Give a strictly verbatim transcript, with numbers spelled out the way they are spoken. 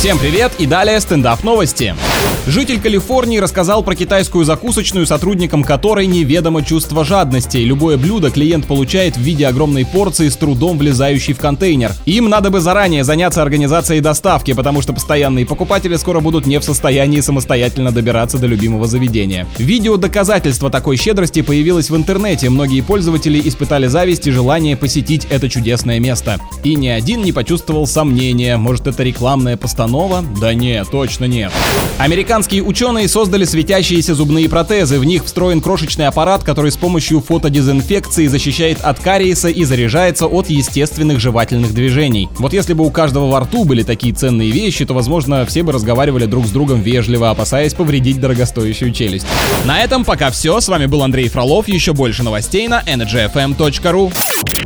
Всем привет и далее стендап новости. Житель Калифорнии рассказал про китайскую закусочную, сотрудникам которой неведомо чувство жадности. Любое блюдо клиент получает в виде огромной порции, с трудом влезающей в контейнер. Им надо бы заранее заняться организацией доставки, потому что постоянные покупатели скоро будут не в состоянии самостоятельно добираться до любимого заведения. Видео доказательства такой щедрости появилось в интернете. Многие пользователи испытали зависть и желание посетить это чудесное место. И ни один не почувствовал сомнения. Может, это рекламная постанова? Да нет, точно нет. Американские ученые создали светящиеся зубные протезы. В них встроен крошечный аппарат, который с помощью фотодезинфекции защищает от кариеса и заряжается от естественных жевательных движений. Вот если бы у каждого во рту были такие ценные вещи, то, возможно, все бы разговаривали друг с другом вежливо, опасаясь повредить дорогостоящую челюсть. На этом пока все. С вами был Андрей Фролов. Еще больше новостей на energy эф эм точка ру.